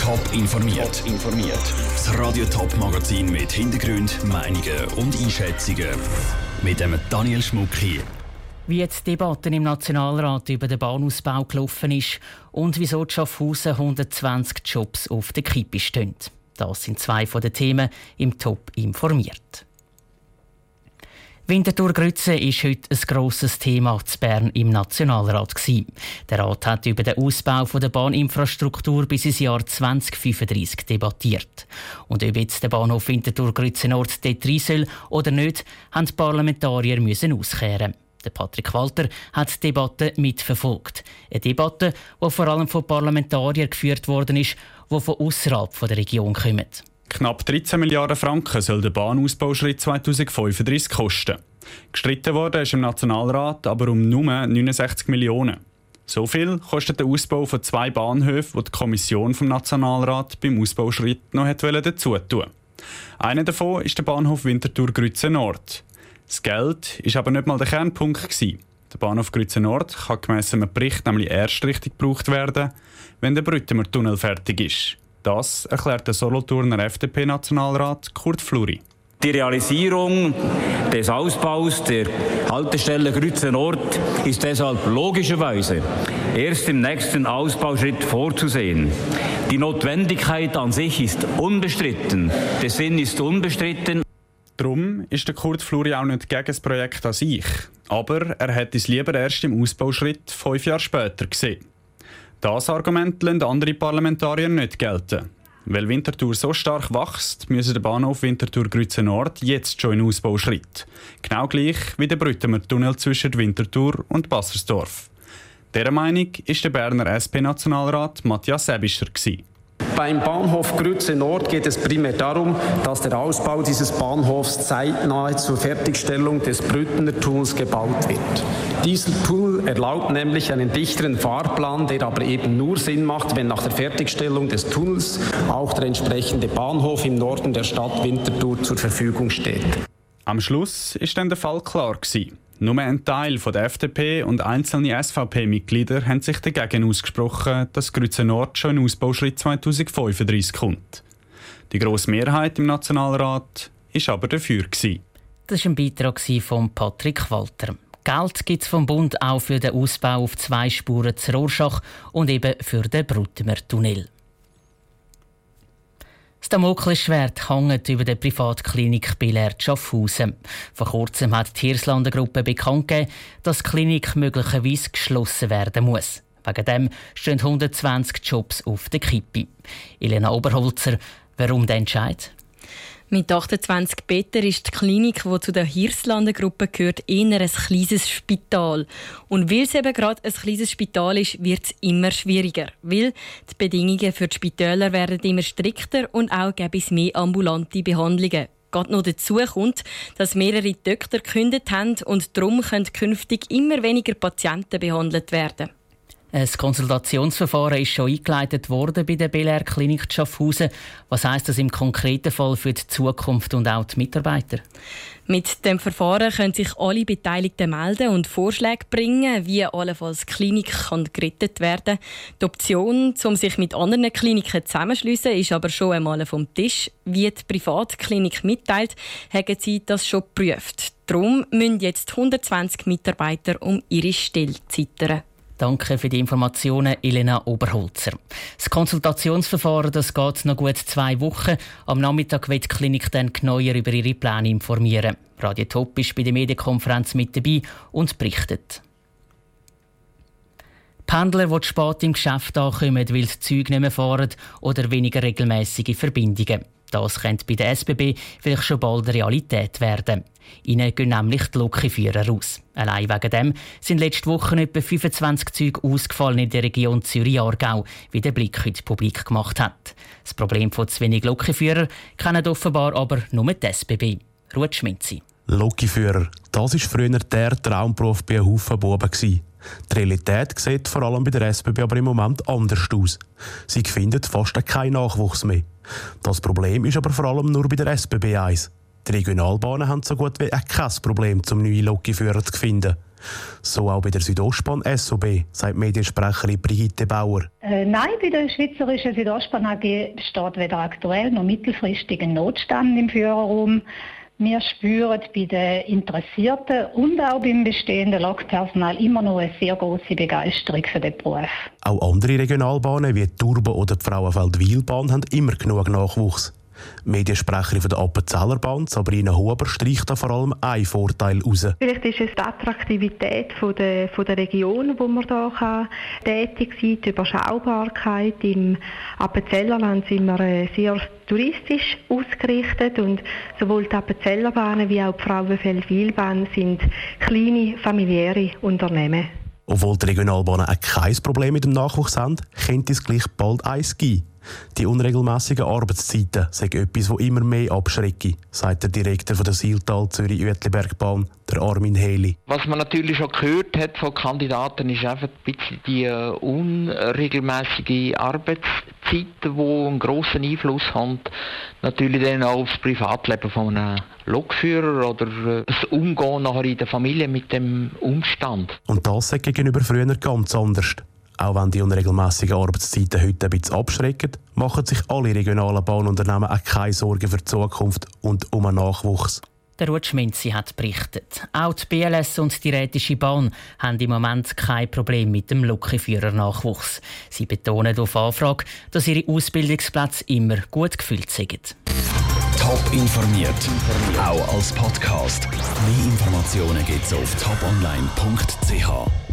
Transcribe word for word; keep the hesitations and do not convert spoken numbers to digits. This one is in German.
Top informiert. informiert. Das Radio Top Magazin mit Hintergrund, Meinungen und Einschätzungen mit dem Daniel Schmuck hier. Wie jetzt die Debatte im Nationalrat über den Bahnausbau gelaufen ist und wieso die Schaffhausen hundertzwanzig Jobs auf der Kippe stehen. Das sind zwei von den Themen im Top informiert. Winterthur-Grütze ist heute ein grosses Thema zu Bern im Nationalrat gewesen. Der Rat hat über den Ausbau der Bahninfrastruktur bis ins Jahr zwanzig fünfunddreissig debattiert. Und ob jetzt der Bahnhof Winterthur-Grütze Nord dort rein soll oder nicht, haben die Parlamentarier müssen auskehren. Der Patrick Walter hat die Debatte mitverfolgt. Eine Debatte, die vor allem von Parlamentariern geführt worden ist, die von ausserhalb der Region kommen. Knapp dreizehn Milliarden Franken soll der Bahnausbauschritt zweitausendfünfunddreissig kosten. Gestritten wurde ist im Nationalrat aber um nur neunundsechzig Millionen. So viel kostet der Ausbau von zwei Bahnhöfen, die die Kommission vom Nationalrat beim Ausbauschritt noch dazu tun. Einer davon ist der Bahnhof Winterthur-Grütze Nord. Das Geld war aber nicht mal der Kernpunkt gewesen. Der Bahnhof Grütze Nord kann gemäss einem Bericht nämlich erst richtig gebraucht werden, wenn der Brüttemer-Tunnel fertig ist. Das erklärt der Solothurner F D P-Nationalrat Kurt Fluri. Die Realisierung des Ausbaus der Haltestelle Grütze Nord ist deshalb logischerweise erst im nächsten Ausbauschritt vorzusehen. Die Notwendigkeit an sich ist unbestritten, der Sinn ist unbestritten. Darum ist der Kurt Fluri auch nicht gegen das Projekt an sich. Aber er hätte es lieber erst im Ausbauschritt fünf Jahre später gesehen. Das Argument lassen andere Parlamentarier nicht gelten. Weil Winterthur so stark wächst, müsse der Bahnhof Winterthur-Grütze Nord jetzt schon in Ausbauschritt. Genau gleich wie der Brüttemer-Tunnel zwischen Winterthur und Bassersdorf. Dieser Meinung war der Berner S P-Nationalrat Matthias Ebischer. Beim Bahnhof Grütze Nord geht es primär darum, dass der Ausbau dieses Bahnhofs zeitnah zur Fertigstellung des Brüttener Tunnels gebaut wird. Dieser Tunnel erlaubt nämlich einen dichteren Fahrplan, der aber eben nur Sinn macht, wenn nach der Fertigstellung des Tunnels auch der entsprechende Bahnhof im Norden der Stadt Winterthur zur Verfügung steht. Am Schluss war dann der Fall klar gewesen. Nur ein Teil der F D P und einzelne S V P-Mitglieder haben sich dagegen ausgesprochen, dass Grütze Nord schon in Ausbauschritt zweitausendfünfunddreissig kommt. Die grosse Mehrheit im Nationalrat war aber dafür. Das war ein Beitrag von Patrick Walter. Geld gibt es vom Bund auch für den Ausbau auf zwei Spuren zu Rorschach und eben für den Brüttemer-Tunnel. Das Damoklesschwert hängt über der Privatklinik Belair Schaffhausen. Vor kurzem hat die Hirslander Gruppe bekannt gegeben, dass die Klinik möglicherweise geschlossen werden muss. Wegen dem stehen hundertzwanzig Jobs auf der Kippe. Elena Oberholzer, warum der Entscheid? Mit achtundzwanzig Betten ist die Klinik, die zu der Hirslander Gruppe gehört, eher ein kleines Spital. Und weil es eben gerade ein kleines Spital ist, wird es immer schwieriger. Weil die Bedingungen für die Spitäler werden immer strikter und auch gibt es mehr ambulante Behandlungen. Gerade noch dazu kommt, dass mehrere Töchter gekündigt haben und darum können künftig immer weniger Patienten behandelt werden. Ein Konsultationsverfahren ist schon eingeleitet worden bei der Belair Klinik Schaffhausen. Was heisst das im konkreten Fall für die Zukunft und auch die Mitarbeiter? Mit dem Verfahren können sich alle Beteiligten melden und Vorschläge bringen, wie allenfalls die Klinik kann gerettet werden kann. Die Option, um sich mit anderen Kliniken zusammenzuschliessen, ist aber schon einmal vom Tisch. Wie die Privatklinik mitteilt, haben sie das schon geprüft. Darum müssen jetzt hundertzwanzig Mitarbeiter um ihre Stelle zittern. Danke für die Informationen, Elena Oberholzer. Das Konsultationsverfahren das geht noch gut zwei Wochen. Am Nachmittag wird die Klinik dann genauer über ihre Pläne informieren. Radio Top ist bei der Medienkonferenz mit dabei und berichtet. Pendler, die spät im Geschäft ankommen, weil die Züge nicht mehr fahren oder weniger regelmäßige Verbindungen. Das könnte bei der S B B vielleicht schon bald Realität werden. Ihnen gehen nämlich die Lokführer raus. Allein wegen dem sind letzte Woche etwa fünfundzwanzig Züge ausgefallen in der Region Zürich-Aargau, wie der Blick heute publik gemacht hat. Das Problem von zu wenig Lokführern kennen offenbar aber nur die S B B. Ruth Schminzi. Lokführer, das war früher der Traumberuf bei einem Haufen Buben. Die Realität sieht vor allem bei der S B B aber im Moment anders aus. Sie finden fast keinen Nachwuchs mehr. Das Problem ist aber vor allem nur bei der S B B eins. Die Regionalbahnen haben so gut wie kein Problem, um neue Lokführer zu finden. So auch bei der Südostbahn S O B, sagt Mediensprecherin Brigitte Bauer. Äh, nein, bei der Schweizerischen Südostbahn A G besteht weder aktuell noch mittelfristig ein Notstand im Führerraum. Wir spüren bei den Interessierten und auch beim bestehenden Lokpersonal immer noch eine sehr grosse Begeisterung für den Beruf. Auch andere Regionalbahnen wie die Turbo- oder die Frauenfeld-Wiel-Bahn haben immer genug Nachwuchs. Mediensprecherin von der Appenzellerbahn, Sabrina Huber, streicht da vor allem einen Vorteil heraus. Vielleicht ist es die Attraktivität von der, von der Region, wo man da kann tätig sein kann, die Überschaubarkeit. Im Appenzellerland sind wir sehr touristisch ausgerichtet und sowohl die Appenzellerbahnen wie auch die Frauenfeld-Wiel-Bahn sind kleine, familiäre Unternehmen. Obwohl die Regionalbahnen auch kein Problem mit dem Nachwuchs haben, könnte es gleich bald eins geben. Die unregelmässigen Arbeitszeiten sind etwas, das immer mehr abschreckt, sagt der Direktor von der Siltal-Zürich-Uetlibergbahn, der Armin Heli. Was man natürlich schon gehört hat von Kandidaten, ist einfach ein bisschen die uh, unregelmäßige Arbeitszeit, die einen grossen Einfluss haben, natürlich dann auch aufs Privatleben von einem Lokführer oder uh, das Umgehen nachher in der Familie mit dem Umstand. Und das ist gegenüber früher ganz anders. Auch wenn die unregelmässigen Arbeitszeiten heute ein bisschen abschrecken, machen sich alle regionalen Bahnunternehmen auch keine Sorgen für die Zukunft und um einen Nachwuchs. Der Ruth Schminzi hat berichtet. Auch die B L S und die Rätische Bahn haben im Moment kein Problem mit dem Lokführer-Nachwuchs. Sie betonen auf Anfrage, dass ihre Ausbildungsplätze immer gut gefüllt sind. Top informiert, auch als Podcast. Mehr Informationen gibt es auf top online punkt c h.